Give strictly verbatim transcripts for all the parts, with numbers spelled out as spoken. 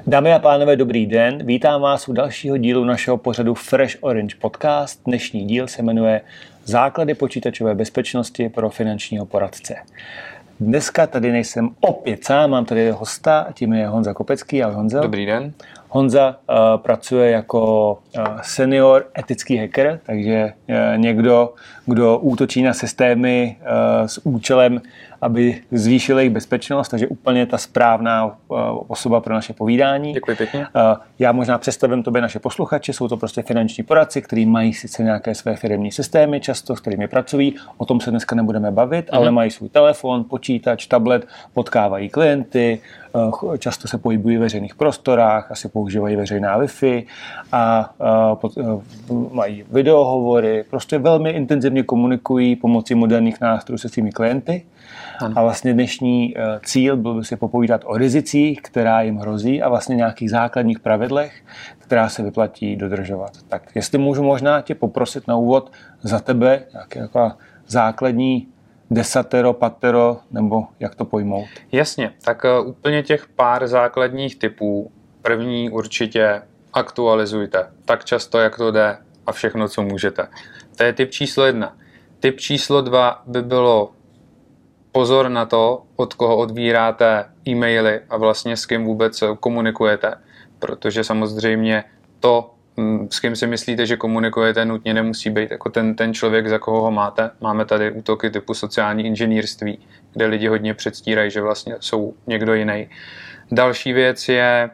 Dámy a pánové, dobrý den. Vítám vás u dalšího dílu našeho pořadu Fresh Orange Podcast. Dnešní díl se jmenuje Základy počítačové bezpečnosti pro finančního poradce. Dneska tady nejsem opět sám, mám tady hosta, tím je Honza Kopecký. Ahoj Honza. Dobrý den. Honza uh, pracuje jako uh, senior etický hacker, takže uh, někdo, kdo útočí na systémy uh, s účelem, aby zvýšil jejich bezpečnost, takže úplně ta správná uh, osoba pro naše povídání. Děkuji pěkně. Uh, já možná představím tobě naše posluchače, jsou to prostě finanční poradci, kteří mají sice nějaké své firemní systémy, často s kterými pracují, o tom se dneska nebudeme bavit, mm-hmm. ale mají svůj telefon, počítač, tablet, potkávají klienty, uh, často se pohybují v veřejných prostorách, asi používají veřejná Wi-Fi a uh, pod, uh, mají videohovory, prostě velmi intenzivně komunikují pomocí moderních nástrojů se svými klienty. Ano. A vlastně dnešní uh, cíl byl by si popovídat o rizicích, která jim hrozí a vlastně nějakých základních pravidlech, která se vyplatí dodržovat. Tak jestli můžu možná tě poprosit na úvod za tebe nějaké jako základní desatero, patero, nebo jak to pojmout? Jasně, tak uh, úplně těch pár základních typů. První určitě aktualizujte tak často, jak to jde a všechno, co můžete. To je typ číslo jedna. Typ číslo dva by bylo pozor na to, od koho odbíráte e-maily a vlastně s kým vůbec komunikujete. Protože samozřejmě to, s kým si myslíte, že komunikujete, nutně nemusí být jako ten, ten člověk, za koho ho máte. Máme tady útoky typu sociální inženýrství, kde lidi hodně předstírají, že vlastně jsou někdo jiný. Další věc je,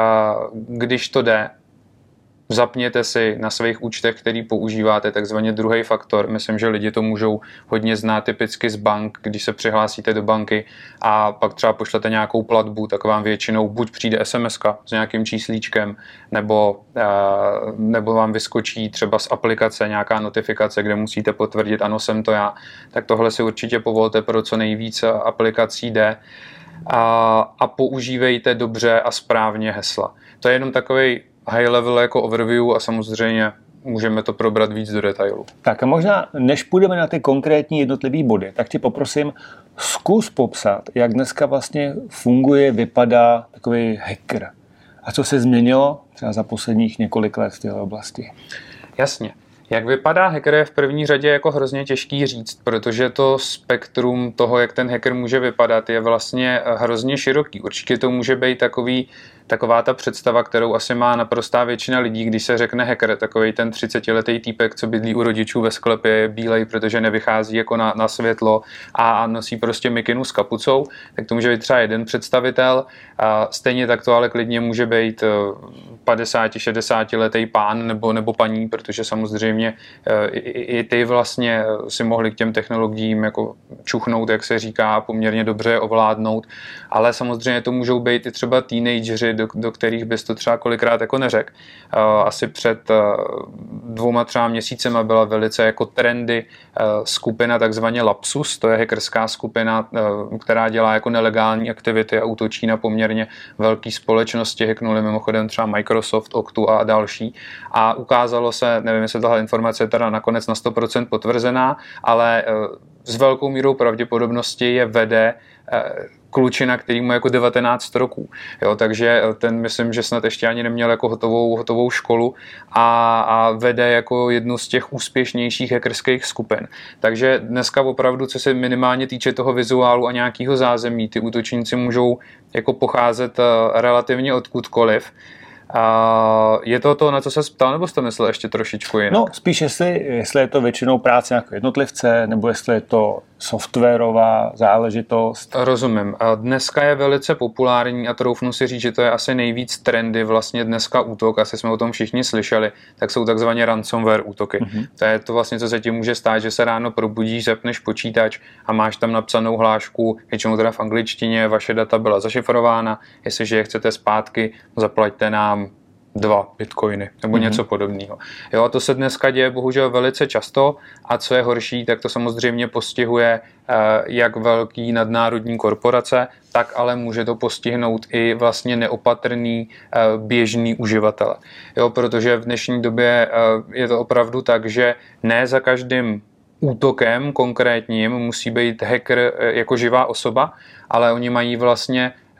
když to jde, zapněte si na svých účtech, který používáte, takzvaně druhý faktor. Myslím, že lidi to můžou hodně znát typicky z bank, když se přihlásíte do banky a pak třeba pošlete nějakou platbu, tak vám většinou buď přijde es em eska s nějakým číslíčkem, nebo, nebo vám vyskočí třeba z aplikace nějaká notifikace, kde musíte potvrdit, ano, jsem to já. Tak tohle si určitě povolte, pro co nejvíc aplikací jde. A, a používejte dobře a správně hesla. To je jenom takový high level jako overview a samozřejmě můžeme to probrat víc do detailu. Tak a možná, než půjdeme na ty konkrétní jednotlivé body, tak ti poprosím, zkus popsat, jak dneska vlastně funguje, vypadá takový hacker. A co se změnilo třeba za posledních několik let v této oblasti? Jasně. Jak vypadá hacker je v první řadě jako hrozně těžký říct, protože to spektrum toho, jak ten hacker může vypadat, je vlastně hrozně široký. Určitě to může být takový, taková ta představa, kterou asi má naprostá většina lidí, když se řekne hacker, takový ten třicetiletý týpek, co bydlí u rodičů ve sklepě, je bílej, protože nevychází jako na, na světlo a nosí prostě mikinu s kapucou, tak to může být třeba jeden představitel. A stejně tak to ale klidně může být padesát šedesát letý pán nebo, nebo paní, protože samozřejmě i, i ty vlastně si mohli k těm technologiím jako čuchnout, jak se říká, poměrně dobře ovládnout, ale samozřejmě to můžou být i třeba teenageři, do, do kterých bys to třeba kolikrát jako neřekl. Asi před dvouma třeba měsícema byla velice jako trendy skupina takzvaně Lapsus, to je hackerská skupina, která dělá jako nelegální aktivity a útočí na poměrně velké společnosti, hacknuli mimochodem třeba Microsoft, Oktu a další. A ukázalo se, nevím, jestli tahle informace je teda nakonec na sto procent potvrzená, ale s velkou mírou pravděpodobnosti je vede klučina, který mu jako devatenáct roků. Jo, takže ten myslím, že snad ještě ani neměl jako hotovou, hotovou školu a, a vede jako jednu z těch úspěšnějších hackerských skupin. Takže dneska opravdu, co se minimálně týče toho vizuálu a nějakého zázemí, ty útočníci můžou jako pocházet relativně odkudkoliv. A je to to, na co se ptal, nebo jste myslel ještě trošičku jinak? No, spíš jestli, jestli je to většinou práce nějakého jednotlivce, nebo jestli je to softwarová záležitost. Rozumím. Dneska je velice populární a troufnu si říct, že to je asi nejvíc trendy vlastně dneska útok, asi jsme o tom všichni slyšeli, tak jsou takzvaně ransomware útoky. Mm-hmm. To je to vlastně, co se ti může stát, že se ráno probudíš, zapneš počítač a máš tam napsanou hlášku, většinou teda v angličtině, vaše data byla zašifrována, jestliže je chcete zpátky, zaplaťte nám dva bitcoiny nebo mm-hmm. něco podobného. Jo, a to se dneska děje bohužel velice často a co je horší, tak to samozřejmě postihuje eh, jak velký nadnárodní korporace, tak ale může to postihnout i vlastně neopatrný eh, běžný uživatele. Jo, protože v dnešní době eh, je to opravdu tak, že ne za každým útokem konkrétním musí být hacker jako živá osoba, ale oni mají vlastně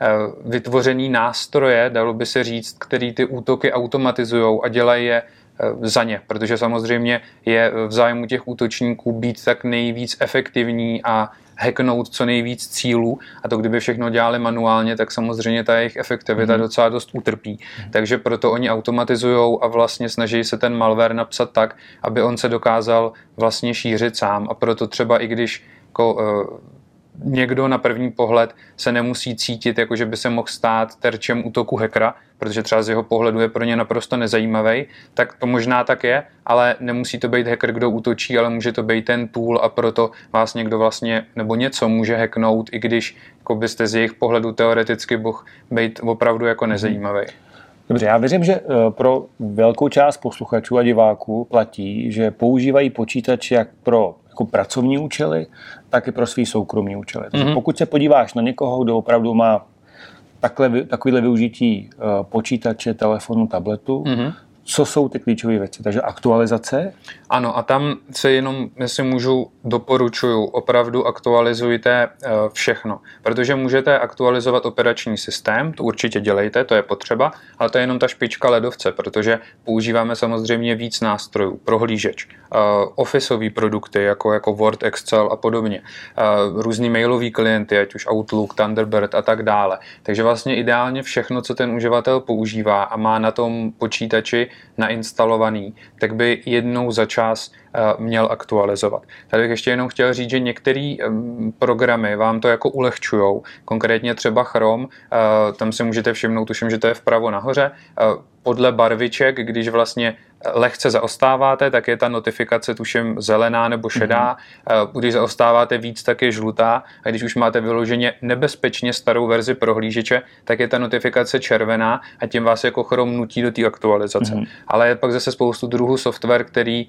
vytvořený nástroje, dalo by se říct, který ty útoky automatizujou a dělají je za ně, protože samozřejmě je v zájmu těch útočníků být tak nejvíc efektivní a hacknout co nejvíc cílů, a to kdyby všechno dělali manuálně, tak samozřejmě ta jejich efektivita mm. docela dost utrpí. Mm. Takže proto oni automatizujou a vlastně snaží se ten malware napsat tak, aby on se dokázal vlastně šířit sám, a proto třeba i když jako, uh, někdo na první pohled se nemusí cítit, jako že by se mohl stát terčem útoku hackera, protože třeba z jeho pohledu je pro ně naprosto nezajímavý, tak to možná tak je, ale nemusí to být hacker, kdo útočí, ale může to být ten tool, a proto vás někdo vlastně nebo něco může hacknout, i když jako byste z jejich pohledu teoreticky mohl být opravdu jako nezajímavý. Dobře, já věřím, že pro velkou část posluchačů a diváků platí, že používají počítač jak pro jako pracovní účely, tak i pro svý soukromý účely. Takže mm-hmm. pokud se podíváš na někoho, kdo opravdu má takhle, takovýhle využití uh, počítače, telefonu, tabletu, mm-hmm. co jsou ty klíčové věci? Takže aktualizace? Ano, a tam se jenom, jestli můžu, doporučuju, opravdu aktualizujte všechno, protože můžete aktualizovat operační systém, to určitě dělejte, to je potřeba, ale to je jenom ta špička ledovce, protože používáme samozřejmě víc nástrojů, prohlížeč, officeové produkty, jako, jako Word, Excel a podobně, různý mailový klienty, ať už Outlook, Thunderbird a tak dále. Takže vlastně ideálně všechno, co ten uživatel používá a má na tom počítači nainstalovaný, tak by jednou za čas měl aktualizovat. Tady bych ještě jenom chtěl říct, že některé programy vám to jako ulehčujou, konkrétně třeba Chrome, tam si můžete všimnout, tuším, že to je vpravo nahoře, podle barviček, když vlastně lehce zaostáváte, tak je ta notifikace tuším zelená nebo šedá, mm-hmm. když zaostáváte víc, tak je žlutá, a když už máte vyloženě nebezpečně starou verzi prohlížeče, tak je ta notifikace červená a tím vás jako Chrome nutí do té aktualizace. Mm-hmm. Ale je pak zase spoustu druhů software, který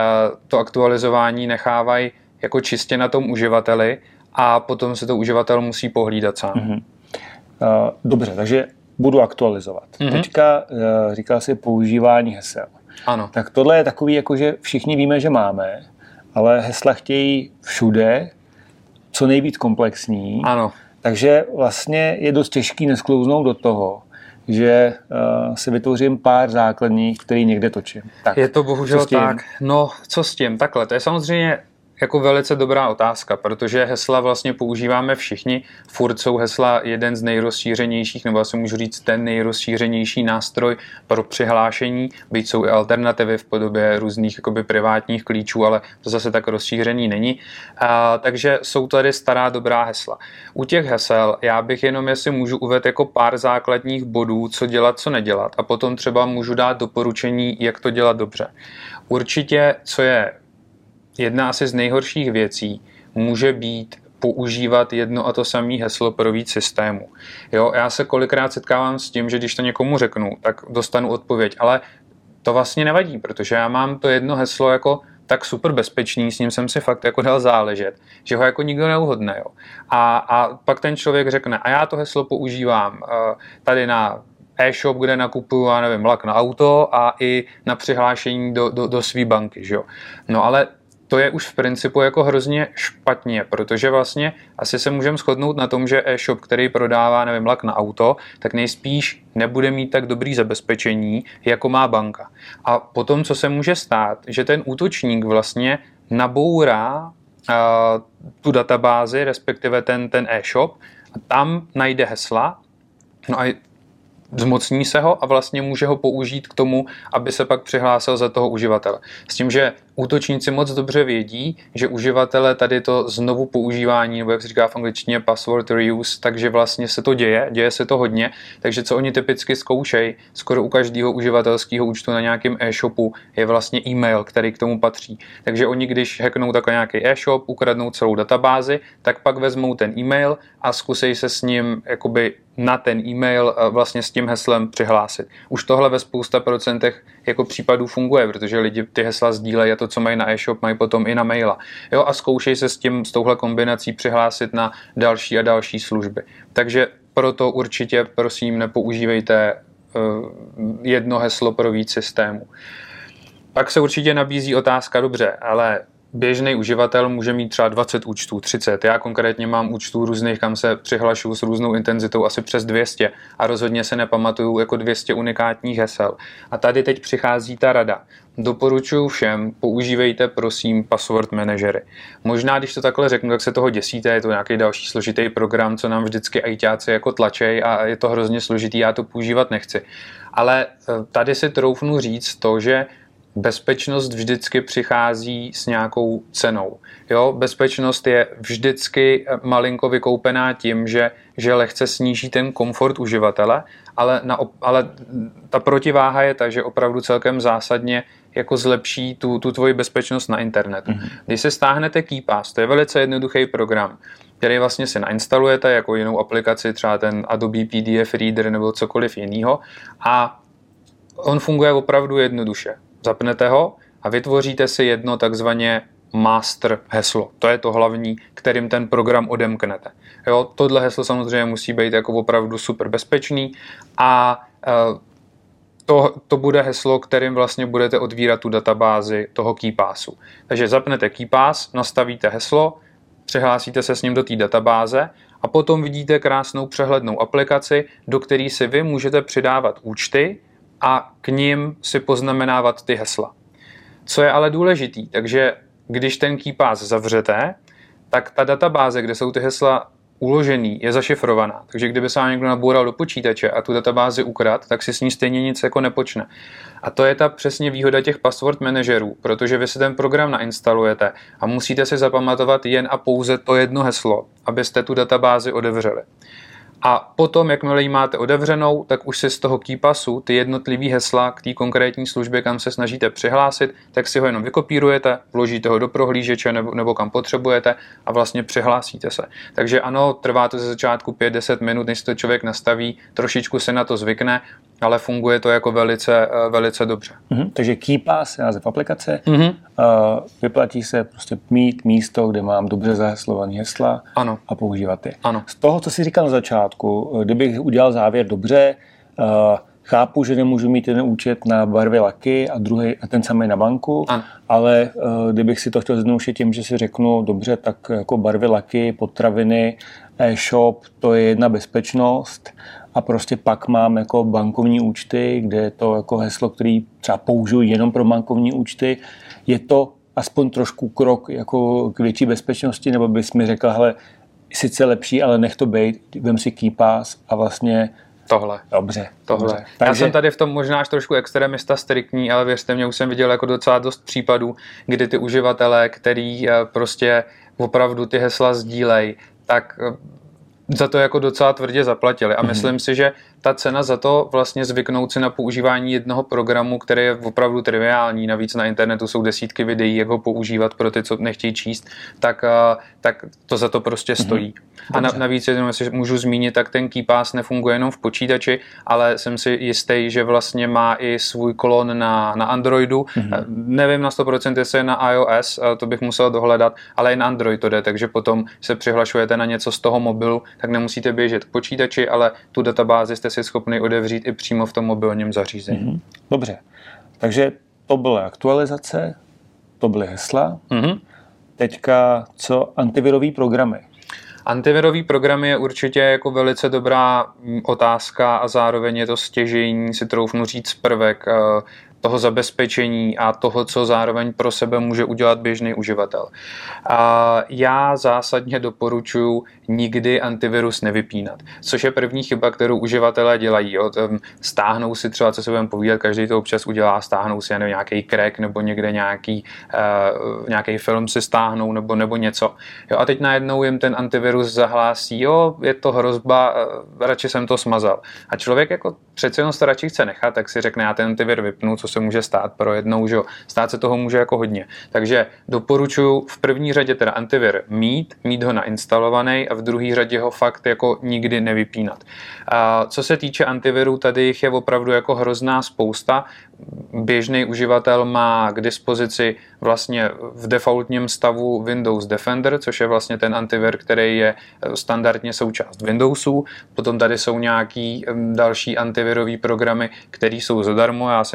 to aktualizování nechávají jako čistě na tom uživateli a potom se to uživatel musí pohlídat sám. Mm-hmm. Uh, dobře, takže budu aktualizovat. Mm-hmm. Teďka uh, říkal jsi používání hesel. Ano. Tak tohle je takový, jako že všichni víme, že máme, ale hesla chtějí všude, co nejvíc komplexní. Ano. Takže vlastně je dost těžký nesklouznout do toho, že uh, si vytvořím pár základních, který někde točím. Tak, je to bohužel tak. No, co s tím? Takhle, to je samozřejmě jako velice dobrá otázka, protože hesla vlastně používáme všichni. Furt jsou hesla jeden z nejrozšířenějších, nebo asi můžu říct ten nejrozšířenější nástroj pro přihlášení, byť jsou i alternativy v podobě různých jakoby privátních klíčů, ale to zase tak rozšířený není. A, takže jsou tady stará dobrá hesla. U těch hesel já bych jenom, jestli můžu uvést jako pár základních bodů, co dělat, co nedělat, a potom třeba můžu dát doporučení, jak to dělat dobře. Určitě, co je jedna asi z nejhorších věcí, může být používat jedno a to samé heslo pro víc systémů. Jo, já se kolikrát setkávám s tím, že když to někomu řeknu, tak dostanu odpověď, ale to vlastně nevadí, protože já mám to jedno heslo jako tak super bezpečný, s ním jsem si fakt jako dal záležet, že ho jako nikdo neuhodne. Jo. A, a pak ten člověk řekne, a já to heslo používám uh, tady na e-shop, kde nakupuju, já nevím, lak na auto a i na přihlášení do, do, do své banky. Že jo. No ale to je už v principu jako hrozně špatně, protože vlastně asi se můžeme shodnout na tom, že e-shop, který prodává, nevím, lak na auto, tak nejspíš nebude mít tak dobrý zabezpečení, jako má banka. A potom, co se může stát, že ten útočník vlastně nabourá uh, tu databázi, respektive ten, ten e-shop, a tam najde hesla, no a zmocní se ho a vlastně může ho použít k tomu, aby se pak přihlásil za toho uživatele. S tím, že útočníci moc dobře vědí, že uživatelé tady to znovu používání, nebo jak se říká v angličtině password reuse, takže vlastně se to děje, děje se to hodně, takže co oni typicky zkoušejí, skoro u každého uživatelského účtu na nějakém e-shopu je vlastně e-mail, který k tomu patří. Takže oni, když hacknou takový nějaký e-shop, ukradnou celou databázi, tak pak vezmou ten e-mail a zkusej se s ním jakoby na ten e-mail vlastně s tím heslem přihlásit. Už tohle ve spousta procentech jako případů funguje, protože lidi ty hesla sdílejí a to, co mají na e-shop, mají potom i na maila. Jo, a zkoušej se s tím, s touhle kombinací přihlásit na další a další služby. Takže proto určitě, prosím, nepoužívejte uh, jedno heslo pro víc systémů. Pak se určitě nabízí otázka, dobře, ale běžný uživatel může mít třeba dvacet účtů, třicet. Já konkrétně mám účtů různých, kam se přihlašuju s různou intenzitou asi přes dvě stě a rozhodně se nepamatuju jako dvě stě unikátních hesel. A tady teď přichází ta rada. Doporučuji všem, používejte prosím password manažery. Možná, když to takhle řeknu, tak se toho děsíte, je to nějaký další složitý program, co nám vždycky ajťáci jako tlačej a je to hrozně složitý, já to používat nechci. Ale tady si troufnu říct to, že bezpečnost vždycky přichází s nějakou cenou. Jo? Bezpečnost je vždycky malinko vykoupená tím, že, že lehce sníží ten komfort uživatele, ale, na, ale ta protiváha je ta, že opravdu celkem zásadně jako zlepší tu, tu tvoji bezpečnost na internetu. Mm-hmm. Když se stáhnete KeePass, to je velice jednoduchý program, který vlastně si nainstalujete jako jinou aplikaci, třeba ten Adobe P D F Reader nebo cokoliv jiného, a on funguje opravdu jednoduše. Zapnete ho a vytvoříte si jedno takzvaně master heslo. To je to hlavní, kterým ten program odemknete. Jo, tohle heslo samozřejmě musí být jako opravdu super bezpečný a to, to bude heslo, kterým vlastně budete otvírat tu databázi toho KeePassu. Takže zapnete KeePass, nastavíte heslo, přihlásíte se s ním do té databáze a potom vidíte krásnou přehlednou aplikaci, do které si vy můžete přidávat účty a k ním si poznamenávat ty hesla. Co je ale důležitý, takže když ten KeePass zavřete, tak ta databáze, kde jsou ty hesla uložený, je zašifrovaná. Takže kdyby se vám někdo naboural do počítače a tu databázi ukrad, tak si s ní stejně nic jako nepočne. A to je ta přesně výhoda těch password manažerů, protože vy si ten program nainstalujete a musíte si zapamatovat jen a pouze to jedno heslo, abyste tu databázi otevřeli. A potom, jakmile ji máte otevřenou, tak už si z toho KeePassu ty jednotlivý hesla k té konkrétní službě, kam se snažíte přihlásit, tak si ho jenom vykopírujete, vložíte ho do prohlížeče nebo, nebo kam potřebujete a vlastně přihlásíte se. Takže ano, trvá to ze začátku pět deset minut, než si to člověk nastaví, trošičku se na to zvykne, ale funguje to jako velice, velice dobře. Mm-hmm. Takže KeePass je název aplikace. Mm-hmm. Uh, vyplatí se prostě mít místo, kde mám dobře zaheslované hesla, ano, a používat je. Ano. Z toho, co jsi říkal na začátku, kdybych udělal závěr dobře, uh, chápu, že nemůžu mít jeden účet na barvy laky a druhý a ten samý na banku, ano, ale uh, kdybych si to chtěl zjednodušit tím, že si řeknu dobře, tak jako barvy laky, potraviny, e-shop, to je jedna bezpečnost. A prostě pak mám jako bankovní účty, kde je to jako heslo, který třeba použiju jenom pro bankovní účty. Je to aspoň trošku krok jako k větší bezpečnosti, nebo bys mi řekl, hele, sice lepší, ale nech to bejt, vem si KeePass a vlastně tohle. Dobře. Tohle. Dobře. Já Takže... jsem tady v tom možná až trošku extremista striktní, ale věřte mě, už jsem viděl jako docela dost případů, kdy ty uživatelé, který prostě opravdu ty hesla sdílej, tak za to jako docela tvrdě zaplatili. A myslím mm-hmm. si, že ta cena za to vlastně zvyknout si na používání jednoho programu, který je opravdu triviální, navíc na internetu jsou desítky videí, jak ho používat pro ty, co nechtějí číst, tak, tak to za to prostě stojí. Mm-hmm. A na, navíc, jenom si můžu zmínit, tak ten KeePass nefunguje jenom v počítači, ale jsem si jistý, že vlastně má i svůj klon na, na Androidu. Mm-hmm. Nevím na sto procent, jestli je na iOS, to bych musel dohledat, ale i na Android to jde, takže potom se přihlašujete na něco z toho mobilu, tak nemusíte běžet k počítači, ale tu databázi jste si schopný otevřít i přímo v tom mobilním zařízení. Mm-hmm. Dobře, takže to byly aktualizace, to byly hesla. Mm-hmm. Teďka co antivirový programy? Antivirový programy je určitě jako velice dobrá otázka a zároveň je to stěžejní, si troufnu říct, prvek toho zabezpečení a toho, co zároveň pro sebe může udělat běžný uživatel. A já zásadně doporučuji nikdy antivirus nevypínat, což je první chyba, kterou uživatelé dělají. Jo. Stáhnou si třeba, co se budeme povídat, každý to občas udělá, stáhnou si nevím, nějaký crack nebo někde nějaký, uh, nějaký film si stáhnou nebo, nebo něco. Jo, a teď najednou jim ten antivirus zahlásí, jo, je to hrozba, uh, radši jsem to smazal. A člověk jako přece jenom to radši chce nechat, tak si řekne, já ten antivir vypnu, co se může stát pro jednou, že jo. Stát se toho může jako hodně. Takže doporučuji v první řadě teda antivir mít, mít ho nainstalovaný a v druhé řadě ho fakt jako nikdy nevypínat. A co se týče antivirů, tady jich je opravdu jako hrozná spousta. Běžný uživatel má k dispozici vlastně v defaultním stavu Windows Defender, což je vlastně ten antivir, který je standardně součást Windowsu. Potom tady jsou nějaký další antivirový programy, které jsou zadarmo, já se nebudu jmenovat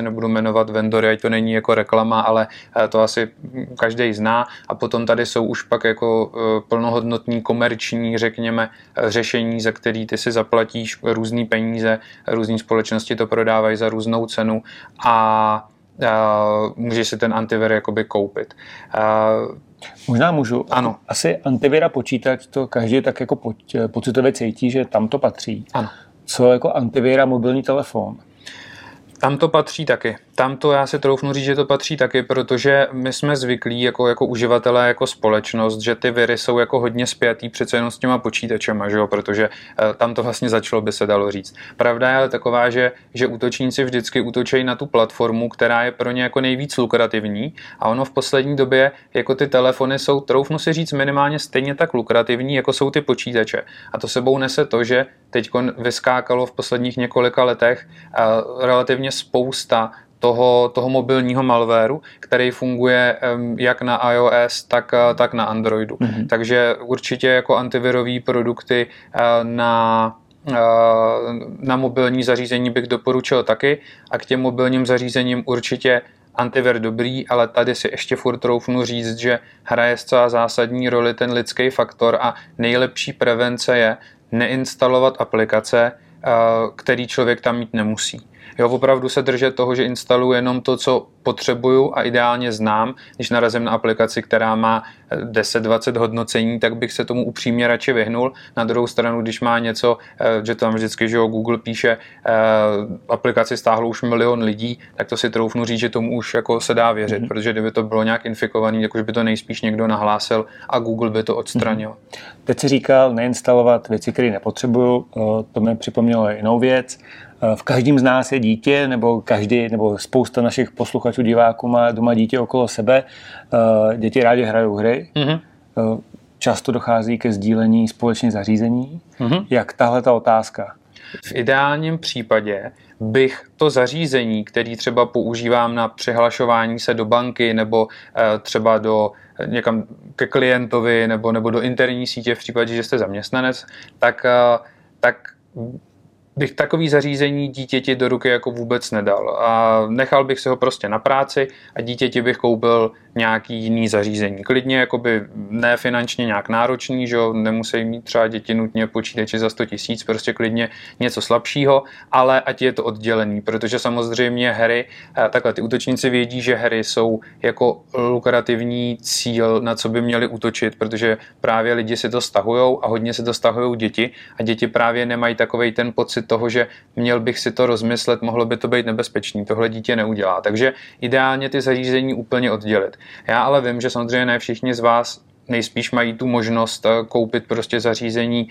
jmenovat vendory, ať to není jako reklama, ale to asi každý zná. A potom tady jsou už pak jako plnohodnotní komerční, řekněme, řešení, za který ty si zaplatíš různý peníze, různý společnosti to prodávají za různou cenu a Uh, můžeš si ten antivir jakoby koupit. Uh, Možná můžu. Ano. Asi antivira počítač to každý tak jako po, pocitově cítí, že tam to patří. Ano. Co jako antivira mobilní telefon? Tam to patří taky. Tam to já si troufnu říct, že to patří taky, protože my jsme zvyklí jako, jako uživatelé, jako společnost, že ty viry jsou jako hodně spjatý přece jenom s těma počítačema, že jo? Protože uh, tam to vlastně začalo, by se dalo říct. Pravda je ale taková, že, že útočníci vždycky útočí na tu platformu, která je pro ně jako nejvíc lukrativní a ono v poslední době jako ty telefony jsou, troufnu si říct, minimálně stejně tak lukrativní, jako jsou ty počítače. A to sebou nese to, že teď vyskákalo v posledních několika letech uh, relativně spousta toho, toho mobilního malwaru, který funguje um, jak na iOS, tak, uh, tak na Androidu. Mm-hmm. Takže určitě jako antivirové produkty uh, na uh, na mobilní zařízení bych doporučil taky a k těm mobilním zařízením určitě antivir dobrý, ale tady si ještě furt troufnu říct, že hraje zcela zásadní roli ten lidský faktor a nejlepší prevence je neinstalovat aplikace, který člověk tam mít nemusí. Jo, opravdu se držet toho, že instaluji jenom to, co potřebuju a ideálně znám. Když narazím na aplikaci, která má deset dvacet hodnocení, tak bych se tomu upřímně radši vyhnul. Na druhou stranu, když má něco, že tam vždycky, že jo, Google píše, aplikaci stáhlo už milion lidí, tak to si troufnu říct, že tomu už jako se dá věřit, mm-hmm. protože kdyby to bylo nějak infikovaný, tak už by to nejspíš někdo nahlásil a Google by to odstranil. Mm-hmm. Teď si říkal neinstalovat věci, které nepotřebuju, to mi připomnělo jinou věc. V každém z nás je dítě, nebo každý, nebo spousta našich posluchačů, diváků má doma dítě okolo sebe. Děti rádi hrajou hry. Mm-hmm. Často dochází ke sdílení společných zařízení. Mm-hmm. Jak tahle ta otázka? V ideálním případě bych to zařízení, který třeba používám na přihlašování se do banky nebo třeba do někam ke klientovi nebo, nebo do interní sítě v případě, že jste zaměstnanec, tak, tak bych takový zařízení dítěti do ruky jako vůbec nedal. A nechal bych si ho prostě na práci a dítěti bych koupil nějaký jiný zařízení. Klidně jakoby ne finančně nějak náročný, že jo, nemusí mít třeba děti nutně počítače za sto tisíc, prostě klidně něco slabšího, ale ať je to oddělený, protože samozřejmě hry, takhle ty útočníci vědí, že hry jsou jako lukrativní cíl, na co by měli útočit, protože právě lidi si to stahujou a hodně si to stahují děti a děti právě nemají takovej ten pocit toho, že měl bych si to rozmyslet, mohlo by to být nebezpečný, tohle dítě neudělá. Takže ideálně ty zařízení úplně oddělit. Já ale vím, že samozřejmě ne všichni z vás nejspíš mají tu možnost koupit prostě zařízení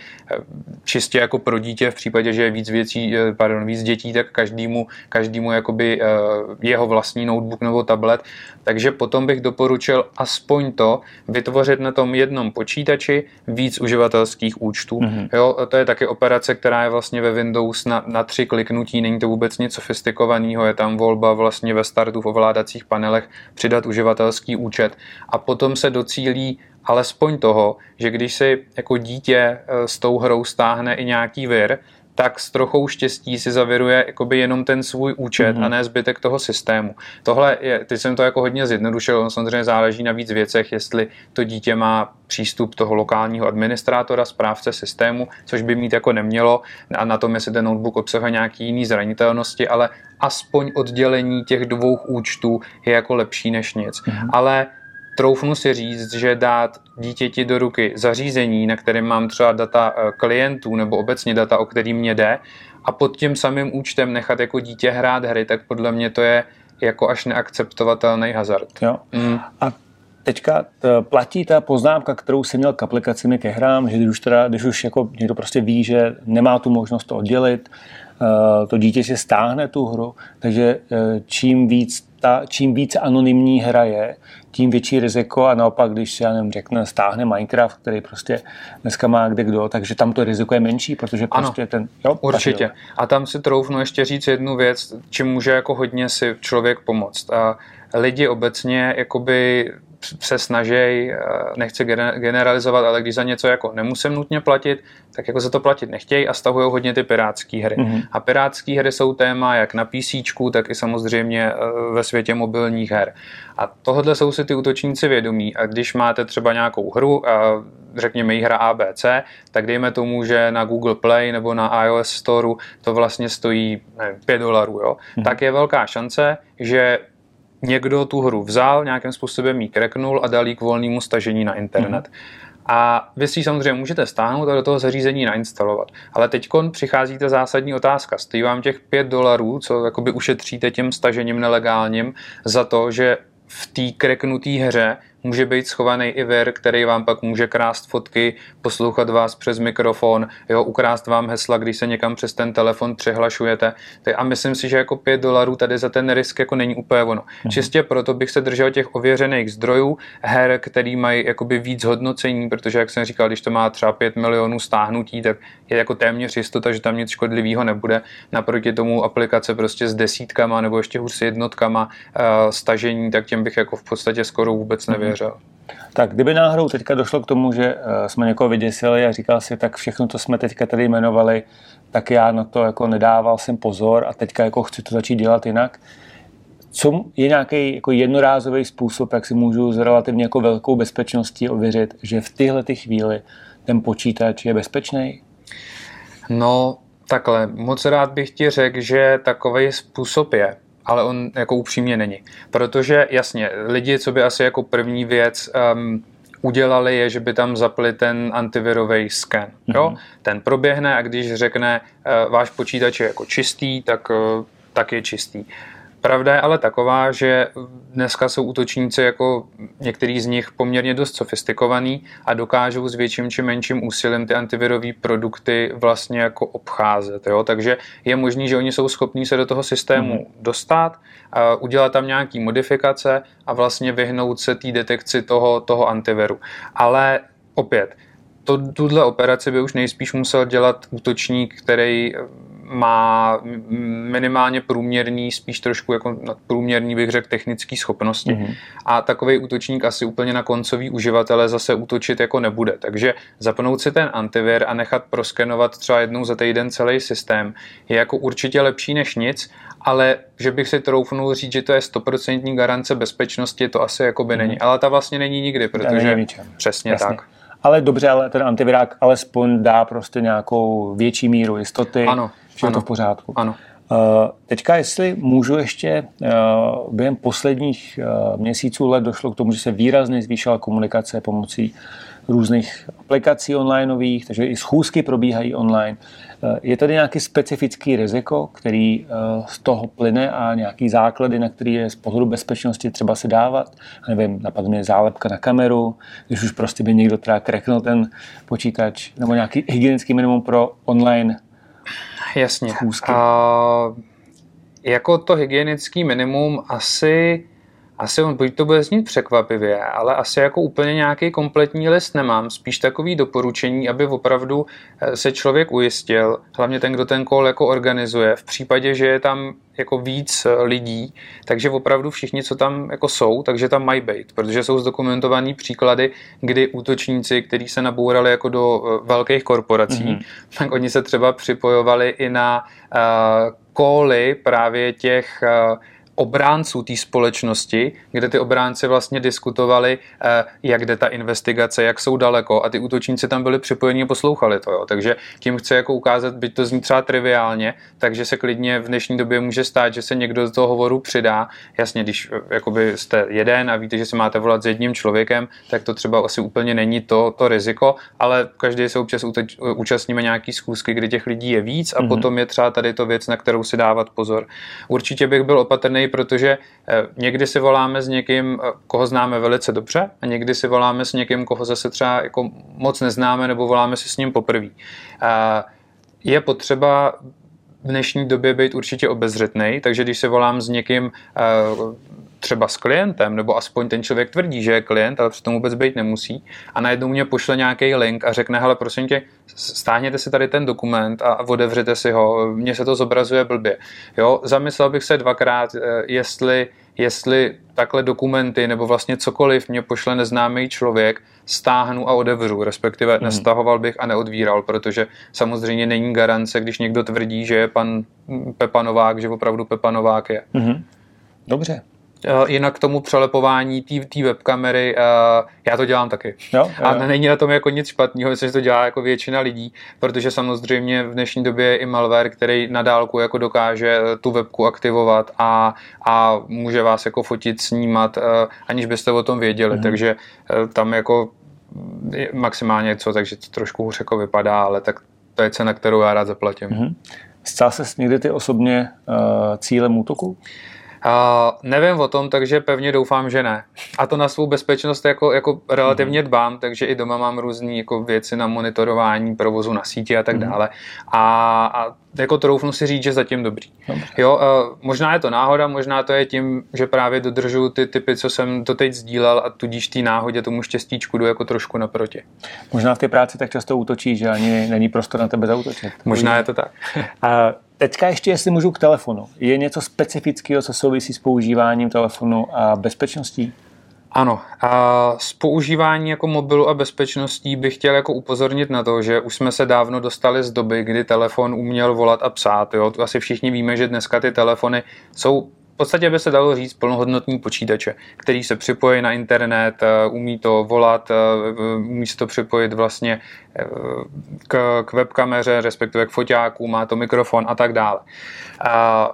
čistě jako pro dítě v případě, že je víc věcí, pardon, víc dětí, tak každému, každému jakoby jeho vlastní notebook nebo tablet. Takže potom bych doporučil aspoň to vytvořit na tom jednom počítači víc uživatelských účtů. Mm-hmm. Jo, to je taky operace, která je vlastně ve Windows na, na tři kliknutí, není to vůbec nic sofistikovaného, je tam volba vlastně ve startu v ovládacích panelech přidat uživatelský účet a potom se docílí alespoň toho, že když si jako dítě s tou hrou stáhne i nějaký vir, tak s trochou štěstí si zaviruje jakoby jenom ten svůj účet mm-hmm. a ne zbytek toho systému. Tohle je, teď jsem to jako hodně zjednodušil, on samozřejmě záleží na víc věcech, jestli to dítě má přístup toho lokálního administrátora, správce systému, což by mít jako nemělo a na tom, jestli ten notebook obsahuje nějaký jiný zranitelnosti, ale aspoň oddělení těch dvou účtů je jako lepší než nic. Mm-hmm. Ale troufnu si říct, že dát dítěti do ruky zařízení, na kterém mám třeba data klientů nebo obecně data, o který mě jde, a pod tím samým účtem nechat jako dítě hrát hry, tak podle mě to je jako až neakceptovatelný hazard. Jo. Mm. A teďka platí ta poznámka, kterou jsem měl k aplikacím ke hrám, že když už, teda, když už jako někdo prostě ví, že nemá tu možnost to oddělit, to dítě si stáhne tu hru, takže čím víc ta, čím víc anonymní hra je, tím větší riziko a naopak, když si, já nevím, řekne, stáhne Minecraft, který prostě dneska má kde kdo, takže tam to riziko je menší, protože ano, prostě ten... Jo, určitě. taky, a tam si troufnu ještě říct jednu věc, čím může jako hodně si člověk pomoct. A lidi obecně jakoby se snaží, nechci generalizovat, ale když za něco jako nemusím nutně platit, tak jako za to platit nechtějí a stahují hodně ty pirátské hry. Mm-hmm. A pirátské hry jsou téma jak na PCčku, tak i samozřejmě ve světě mobilních her. A tohle jsou si ty útočníci vědomí. A když máte třeba nějakou hru, řekněme jí hra A B C, tak dejme tomu, že na Google Play nebo na iOS Storeu to vlastně stojí nevím, pět dolarů, jo? Mm-hmm. Tak je velká šance, že někdo tu hru vzal, nějakým způsobem ji kreknul a dal ji k volnému stažení na internet. Mm-hmm. A vy si ji samozřejmě můžete stáhnout a do toho zařízení nainstalovat. Ale teďkon přichází ta zásadní otázka. Stojí vám těch pět dolarů, co jakoby ušetříte tím stažením nelegálním za to, že v té kreknuté hře může být schovaný i vir, který vám pak může krást fotky, poslouchat vás přes mikrofon, jo, ukrást vám hesla, když se někam přes ten telefon přihlašujete. A myslím si, že jako pět dolarů tady za ten risk jako není úplně ono. Mhm. Čistě proto bych se držel těch ověřených zdrojů, her, který mají jakoby víc hodnocení, protože jak jsem říkal, když to má třeba pět milionů stáhnutí, tak je jako téměř jistota, že tam nic škodlivého nebude. Naproti tomu aplikace prostě s desítkama nebo ještě hůř s jednotkama uh, stažení, tak těm bych jako v podstatě skoro vůbec nevěřil. Tak kdyby náhodou teďka došlo k tomu, že jsme někoho vyděsili a říkal si, tak všechno, co jsme teďka tady jmenovali, tak já na to jako nedával jsem pozor a teďka jako chci to začít dělat jinak. Co je nějaký jako jednorázový způsob, jak si můžu s relativně jako velkou bezpečností ověřit, že v téhle chvíli ten počítač je bezpečný? No takhle, moc rád bych ti řekl, že takovej způsob je. Ale on jako upřímně není. Protože jasně, lidi, co by asi jako první věc um, udělali, je, že by tam zapli ten antivirový sken. Mm-hmm. Jo? Ten proběhne a když řekne, uh, váš počítač je jako čistý, tak, uh, tak je čistý. Pravda je ale taková, že dneska jsou útočníci jako některý z nich poměrně dost sofistikovaný a dokážou s větším či menším úsilím ty antivirové produkty vlastně jako obcházet. Jo? Takže je možný, že oni jsou schopní se do toho systému mm. dostat, udělat tam nějaký modifikace a vlastně vyhnout se té detekci toho, toho antiviru. Ale opět, to, tuhle operaci by už nejspíš musel dělat útočník, který má minimálně průměrný, spíš trošku jako průměrný, bych řekl, technické schopnosti. Mm-hmm. A takovej útočník asi úplně na koncový uživatele zase útočit jako nebude. Takže zapnout si ten antivir a nechat proskenovat třeba jednou za týden celý systém je jako určitě lepší než nic, ale že bych si troufnul říct, že to je stoprocentní garance bezpečnosti, to asi jakoby mm-hmm. není. Ale ta vlastně není nikdy, protože není přesně Jasně. tak. Ale dobře, ale ten antivirák alespoň dá prostě nějakou větší míru jistoty, ano, že ano, je to v pořádku. Ano. Uh, teďka, jestli můžu ještě, uh, během posledních uh, měsíců let došlo k tomu, že se výrazně zvýšila komunikace pomocí různých aplikací onlineových, takže i schůzky probíhají online. Uh, je tady nějaký specifický riziko, který uh, z toho plyne a nějaký základy, na který je z pohledu bezpečnosti třeba se dávat? Nevím, napadne mě zálepka na kameru, když už prostě by někdo třeba kreknul ten počítač, nebo nějaký hygienický minimum pro online. Jasně. A jako to hygienický minimum asi, asi on, buď to bude znít překvapivě, ale asi jako úplně nějaký kompletní list nemám. Spíš takový doporučení, aby opravdu se člověk ujistil, hlavně ten, kdo ten call jako organizuje, v případě, že je tam jako víc lidí, takže opravdu všichni, co tam jako jsou, takže tam mají být, protože jsou zdokumentovaný příklady, kdy útočníci, kteří se nabourali jako do velkých korporací, mm-hmm. tak oni se třeba připojovali i na uh, cally právě těch uh, obránců té společnosti, kde ty obránci vlastně diskutovali, jak jde ta investigace, jak jsou daleko a ty útočníci tam byli připojení a poslouchali to. Jo. Takže tím chce jako ukázat, byť to zní třeba triviálně, takže se klidně v dnešní době může stát, že se někdo do toho hovoru přidá. Jasně, když jakoby jste jeden a víte, že se máte volat s jedním člověkem, tak to třeba asi úplně není to, to riziko, ale každý se občas účastníme nějaký schůzky, kdy těch lidí je víc a mm-hmm. potom je třeba tady to věc, na kterou si dávat pozor. Určitě bych byl opatrný, protože někdy si voláme s někým, koho známe velice dobře a někdy si voláme s někým, koho zase třeba jako moc neznáme nebo voláme si s ním poprvé. Je potřeba v dnešní době být určitě obezřetnej, takže když se volám s někým třeba s klientem, nebo aspoň ten člověk tvrdí, že je klient, ale přitom vůbec být nemusí a najednou mě pošle nějaký link a řekne, hele, prosím tě, stáhněte si tady ten dokument a otevřete si ho, mně se to zobrazuje blbě. Jo, zamyslel bych se dvakrát, jestli jestli takhle dokumenty nebo vlastně cokoliv mě pošle neznámý člověk, stáhnu a odevřu, respektive hmm. nestahoval bych a neodvíral, protože samozřejmě není garance, když někdo tvrdí, že je pan Pepa Novák, že opravdu Pepa Novák je. Hmm. Dobře. Jinak k tomu přelepování té webkamery, já to dělám taky. Jo, jo. A není na tom jako nic špatného, myslím, že to dělá jako většina lidí, protože samozřejmě v dnešní době je i malware, který na dálku jako dokáže tu webku aktivovat a, a může vás jako fotit, snímat, aniž byste o tom věděli. Mhm. Takže tam jako maximálně co, takže to trošku hůř jako vypadá, ale tak to je cena, kterou já rád zaplatím. Mhm. Stal ses někdy ty osobně uh, cílem útoku? Uh, nevím o tom, takže pevně doufám, že ne. A to na svou bezpečnost jako, jako relativně dbám, takže i doma mám různé jako věci na monitorování provozu na síti a tak mm. dále. A, a jako troufnu si říct, že zatím dobrý. Dobře. Jo, uh, možná je to náhoda, možná to je tím, že právě dodržuju ty typy, co jsem to teď sdílel a tudíž té náhodě tomu štěstíčku jdu jako trošku naproti. Možná v té práci tak často útočíš, že ani není prostor na tebe zaútočit. Možná je to tak. A teďka ještě, jestli můžu k telefonu. Je něco specifického, co souvisí s používáním telefonu a bezpečností? Ano. A s používání jako mobilu a bezpečností bych chtěl jako upozornit na to, že už jsme se dávno dostali z doby, kdy telefon uměl volat a psát. Jo? Asi všichni víme, že dneska ty telefony jsou v podstatě by se dalo říct plnohodnotný počítače, který se připojí na internet, umí to volat, umí se to připojit vlastně k, k webkameře, respektive k foťáku, má to mikrofon a tak dále. A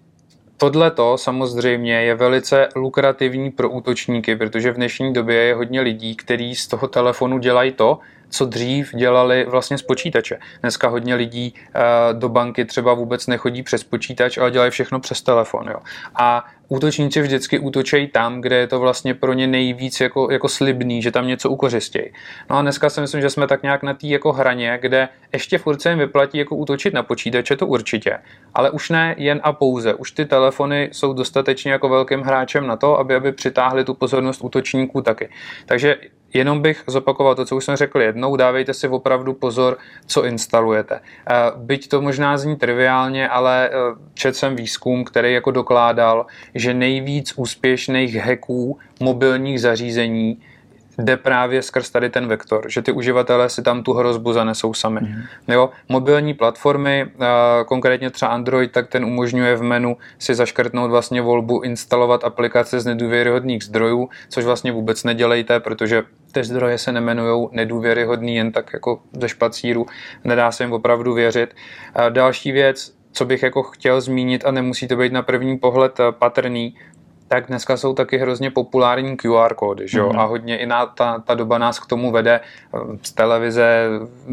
tohleto samozřejmě je velice lukrativní pro útočníky, protože v dnešní době je hodně lidí, kteří z toho telefonu dělají to, co dřív dělali vlastně z počítače. Dneska hodně lidí uh, do banky třeba vůbec nechodí přes počítač, ale dělají všechno přes telefon. Jo. A útočníci vždycky útočejí tam, kde je to vlastně pro ně nejvíc jako, jako slibný, že tam něco ukořistějí. No a dneska si myslím, že jsme tak nějak na té jako hraně, kde ještě furt se jim vyplatí jako útočit na počítače, to určitě, ale už ne jen a pouze. Už ty telefony jsou dostatečně jako velkým hráčem na to, aby, aby přitáhli tu pozornost útočníků taky. Takže jenom bych zopakoval to, co už jsem řekl jednou, dávejte si opravdu pozor, co instalujete. Byť to možná zní triviálně, ale četl jsem výzkum, který jako dokládal, že nejvíc úspěšných hacků mobilních zařízení jde právě skrz tady ten vektor, že ty uživatelé si tam tu hrozbu zanesou sami. Mm. Jo, mobilní platformy, konkrétně třeba Android, tak ten umožňuje v menu si zaškrtnout vlastně volbu instalovat aplikace z nedůvěryhodných zdrojů, což vlastně vůbec nedělejte, protože ty zdroje se nemenujou nedůvěryhodný jen tak jako ze špacíru, nedá se jim opravdu věřit. Další věc, co bych jako chtěl zmínit a nemusí to být na první pohled patrný, tak dneska jsou taky hrozně populární Q R kódy, že jo? Mm-hmm. A hodně i na, ta, ta doba nás k tomu vede. Z televize,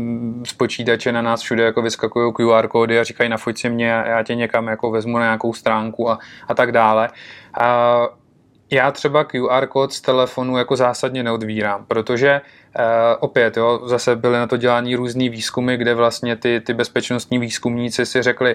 z počítače na nás všude jako vyskakují Q R kódy a říkají nafoť si mě, já tě někam jako vezmu na nějakou stránku a, a tak dále. A já třeba Q R kód z telefonu jako zásadně neodvírám, protože uh, opět, jo, zase byly na to dělaný různý výzkumy, kde vlastně ty, ty bezpečnostní výzkumníci si řekli,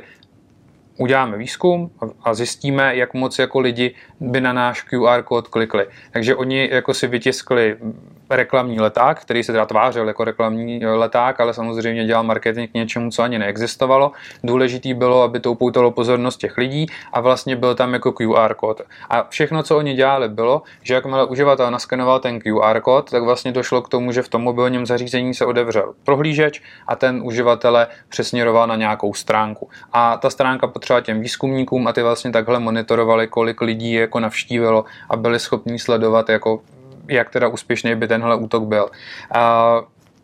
uděláme výzkum a zjistíme, jak moc jako lidi by na náš Q R kód klikli. Takže oni jako si vytiskli reklamní leták, který se teda tvářil jako reklamní leták, ale samozřejmě dělal marketing k něčemu, co ani neexistovalo. Důležitý bylo, aby to upoutalo pozornost těch lidí a vlastně byl tam jako Q R kód. A všechno, co oni dělali, bylo, že jakmile uživatel naskenoval ten Q R kód, tak vlastně došlo k tomu, že v tom mobilním zařízení se odevřel prohlížeč a ten uživatele přesměroval na nějakou stránku. A ta stránka potřeba těm výzkumníkům a ty vlastně takhle monitorovali, kolik lidí jako navštívilo a byli schopní sledovat, jako, jak teda úspěšný by tenhle útok byl. A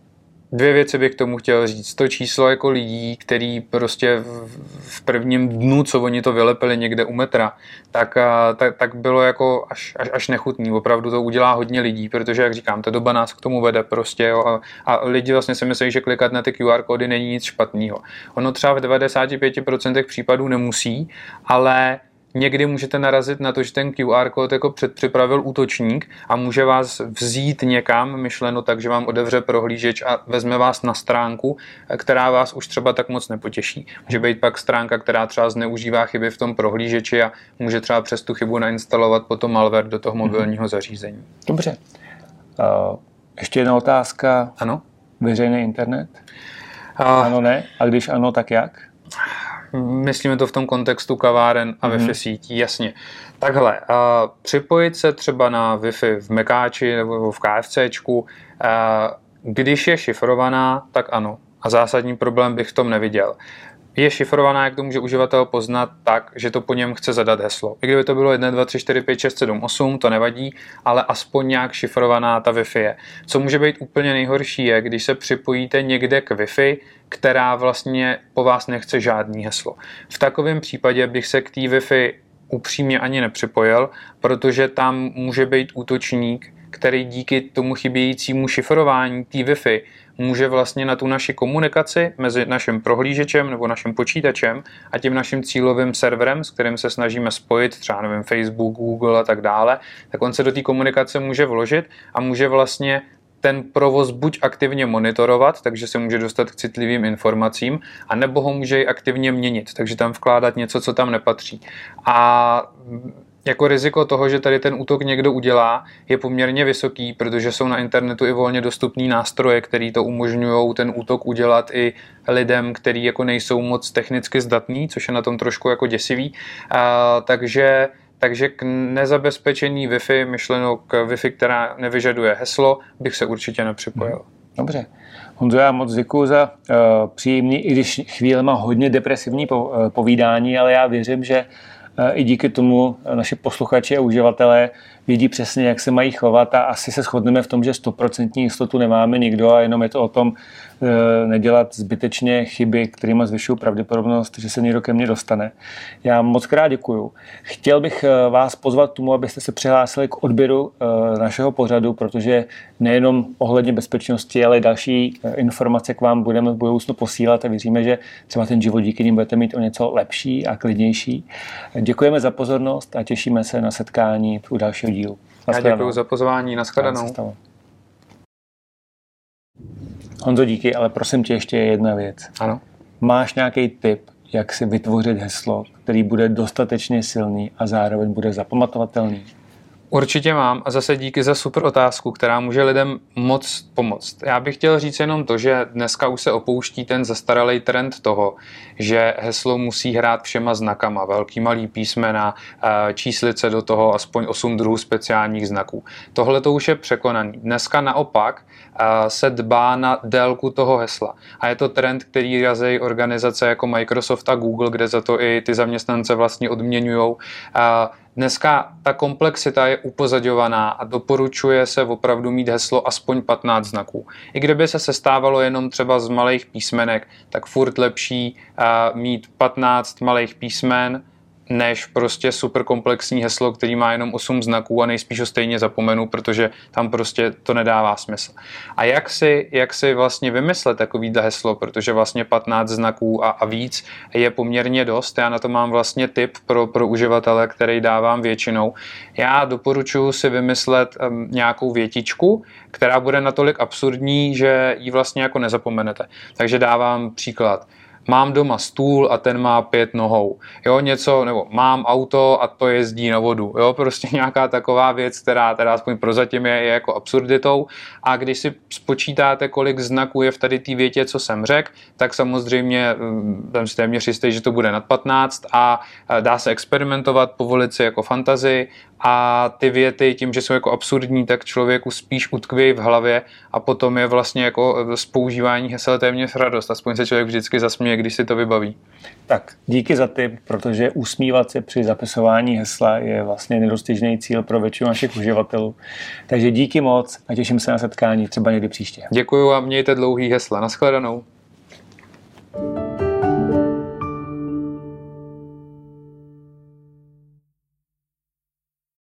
dvě věci bych k tomu chtěl říct. To číslo jako lidí, který prostě v prvním dnu, co oni to vylepili někde u metra, tak, tak, tak bylo jako až, až, až nechutný. Opravdu to udělá hodně lidí, protože, jak říkám, ta doba nás k tomu vede prostě. Jo, a, a lidi vlastně si myslí, že klikat na ty Q R kódy není nic špatného. Ono třeba v devadesát pět procent případů nemusí, ale někdy můžete narazit na to, že ten Q R kód jako předpřipravil útočník a může vás vzít někam, myšleno tak, že vám otevře prohlížeč a vezme vás na stránku, která vás už třeba tak moc nepotěší. Může být pak stránka, která třeba zneužívá chyby v tom prohlížeči a může třeba přes tu chybu nainstalovat potom malware do toho mobilního zařízení. Dobře. Uh, ještě jedna otázka. Ano? Veřejný internet? Uh, ano, ne? A když ano, tak jak? Myslíme to v tom kontextu kaváren a Wi-Fi mm-hmm. sítí, jasně. Takhle, uh, připojit se třeba na Wi-Fi v Mekáči nebo v KFCčku, uh, když je šifrovaná, tak ano. A zásadní problém bych v tom neviděl. Je šifrovaná, jak to může uživatel poznat tak, že to po něm chce zadat heslo. I kdyby to bylo jedna, dva, tři, čtyři, pět, šest, sedm, osm, to nevadí, ale aspoň nějak šifrovaná ta Wi-Fi je. Co může být úplně nejhorší je, když se připojíte někde k Wi-Fi, která vlastně po vás nechce žádný heslo. V takovém případě bych se k té Wi-Fi upřímně ani nepřipojil, protože tam může být útočník, který díky tomu chybějícímu šifrování té Wi-Fi může vlastně na tu naši komunikaci mezi naším prohlížečem nebo naším počítačem a tím naším cílovým serverem, s kterým se snažíme spojit, třeba nevím, Facebook, Google a tak dále, tak on se do té komunikace může vložit a může vlastně ten provoz buď aktivně monitorovat, takže se může dostat k citlivým informacím, anebo ho může i aktivně měnit, takže tam vkládat něco, co tam nepatří. A jako riziko toho, že tady ten útok někdo udělá, je poměrně vysoký, protože jsou na internetu i volně dostupný nástroje, které to umožňují ten útok udělat i lidem, kteří jako nejsou moc technicky zdatní, což je na tom trošku jako děsivý. A, takže Takže k nezabezpečení Wi-Fi, myšleno k Wi-Fi, která nevyžaduje heslo, bych se určitě nepřipojil. Dobře. Honzo, já moc děkuju za uh, příjemný, i když chvílema hodně depresivní po, uh, povídání, ale já věřím, že uh, i díky tomu naši posluchači a uživatelé vědí přesně, jak se mají chovat a asi se shodneme v tom, že stoprocentní jistotu nemáme nikdo a jenom je to o tom uh, nedělat zbytečně chyby, kterými zvyšují pravděpodobnost, že se někdo ke mně dostane. Já moc krát děkuju. Chtěl bych uh, vás pozvat k tomu, abyste se přihlásili k odběru uh, našeho pořadu, protože nejenom ohledně bezpečnosti, ale i další uh, informace k vám budeme v budoucnu posílat a věříme, že třeba ten život díky nim budete mít o něco lepší a klidnější. Děkujeme za pozornost a těšíme se na setkání u dalšího dílu. Já děkuji za pozvání, nashledanou. Honzo, díky, ale prosím tě ještě jedna věc. Ano. Máš nějaký tip, jak si vytvořit heslo, který bude dostatečně silný a zároveň bude zapamatovatelný? Určitě mám a zase díky za super otázku, která může lidem moc pomoct. Já bych chtěl říct jenom to, že dneska už se opouští ten zastaralý trend toho, že heslo musí hrát všema znakama, velký, malý písmena, číslice do toho, aspoň osm druhů speciálních znaků. Tohle to už je překonaný. Dneska naopak se dbá na délku toho hesla. A je to trend, který razí organizace jako Microsoft a Google, kde za to i ty zaměstnance vlastně odměňujou. Dneska ta komplexita je upozadňovaná a doporučuje se opravdu mít heslo aspoň patnáct znaků. I kdyby se sestávalo jenom třeba z malých písmenek, tak furt lepší uh, mít patnáct malých písmen, než prostě super komplexní heslo, který má jenom osm znaků a nejspíš ho stejně zapomenu, protože tam prostě to nedává smysl. A jak si, jak si vlastně vymyslet takovýhle heslo, protože vlastně patnáct znaků a, a víc je poměrně dost. Já na to mám vlastně tip pro, pro uživatele, který dávám většinou. Já doporučuji si vymyslet um, nějakou větičku, která bude natolik absurdní, že ji vlastně jako nezapomenete. Takže dávám příklad. Mám doma stůl a ten má pět nohou. Jo, něco, nebo mám auto a to jezdí na vodu. Jo, prostě nějaká taková věc, která teda aspoň prozatím je, je jako absurditou. A když si spočítáte, kolik znaků je v tady té větě, co jsem řekl, tak samozřejmě jsem si téměř jistý, že to bude nad patnáct a dá se experimentovat, povolit si jako fantazii a ty věty tím, že jsou jako absurdní, tak člověku spíš utkví v hlavě a potom je vlastně jako z používání hesel téměř radost. Aspoň se člověk vždycky zasměje, když si to vybaví. Tak, díky za tip, protože usmívat se při zapisování hesla je vlastně nedostižný cíl pro většinu našich uživatelů. Takže díky moc a těším se na setkání třeba někdy příště. Děkuju a mějte dlouhý hesla. Nashledanou.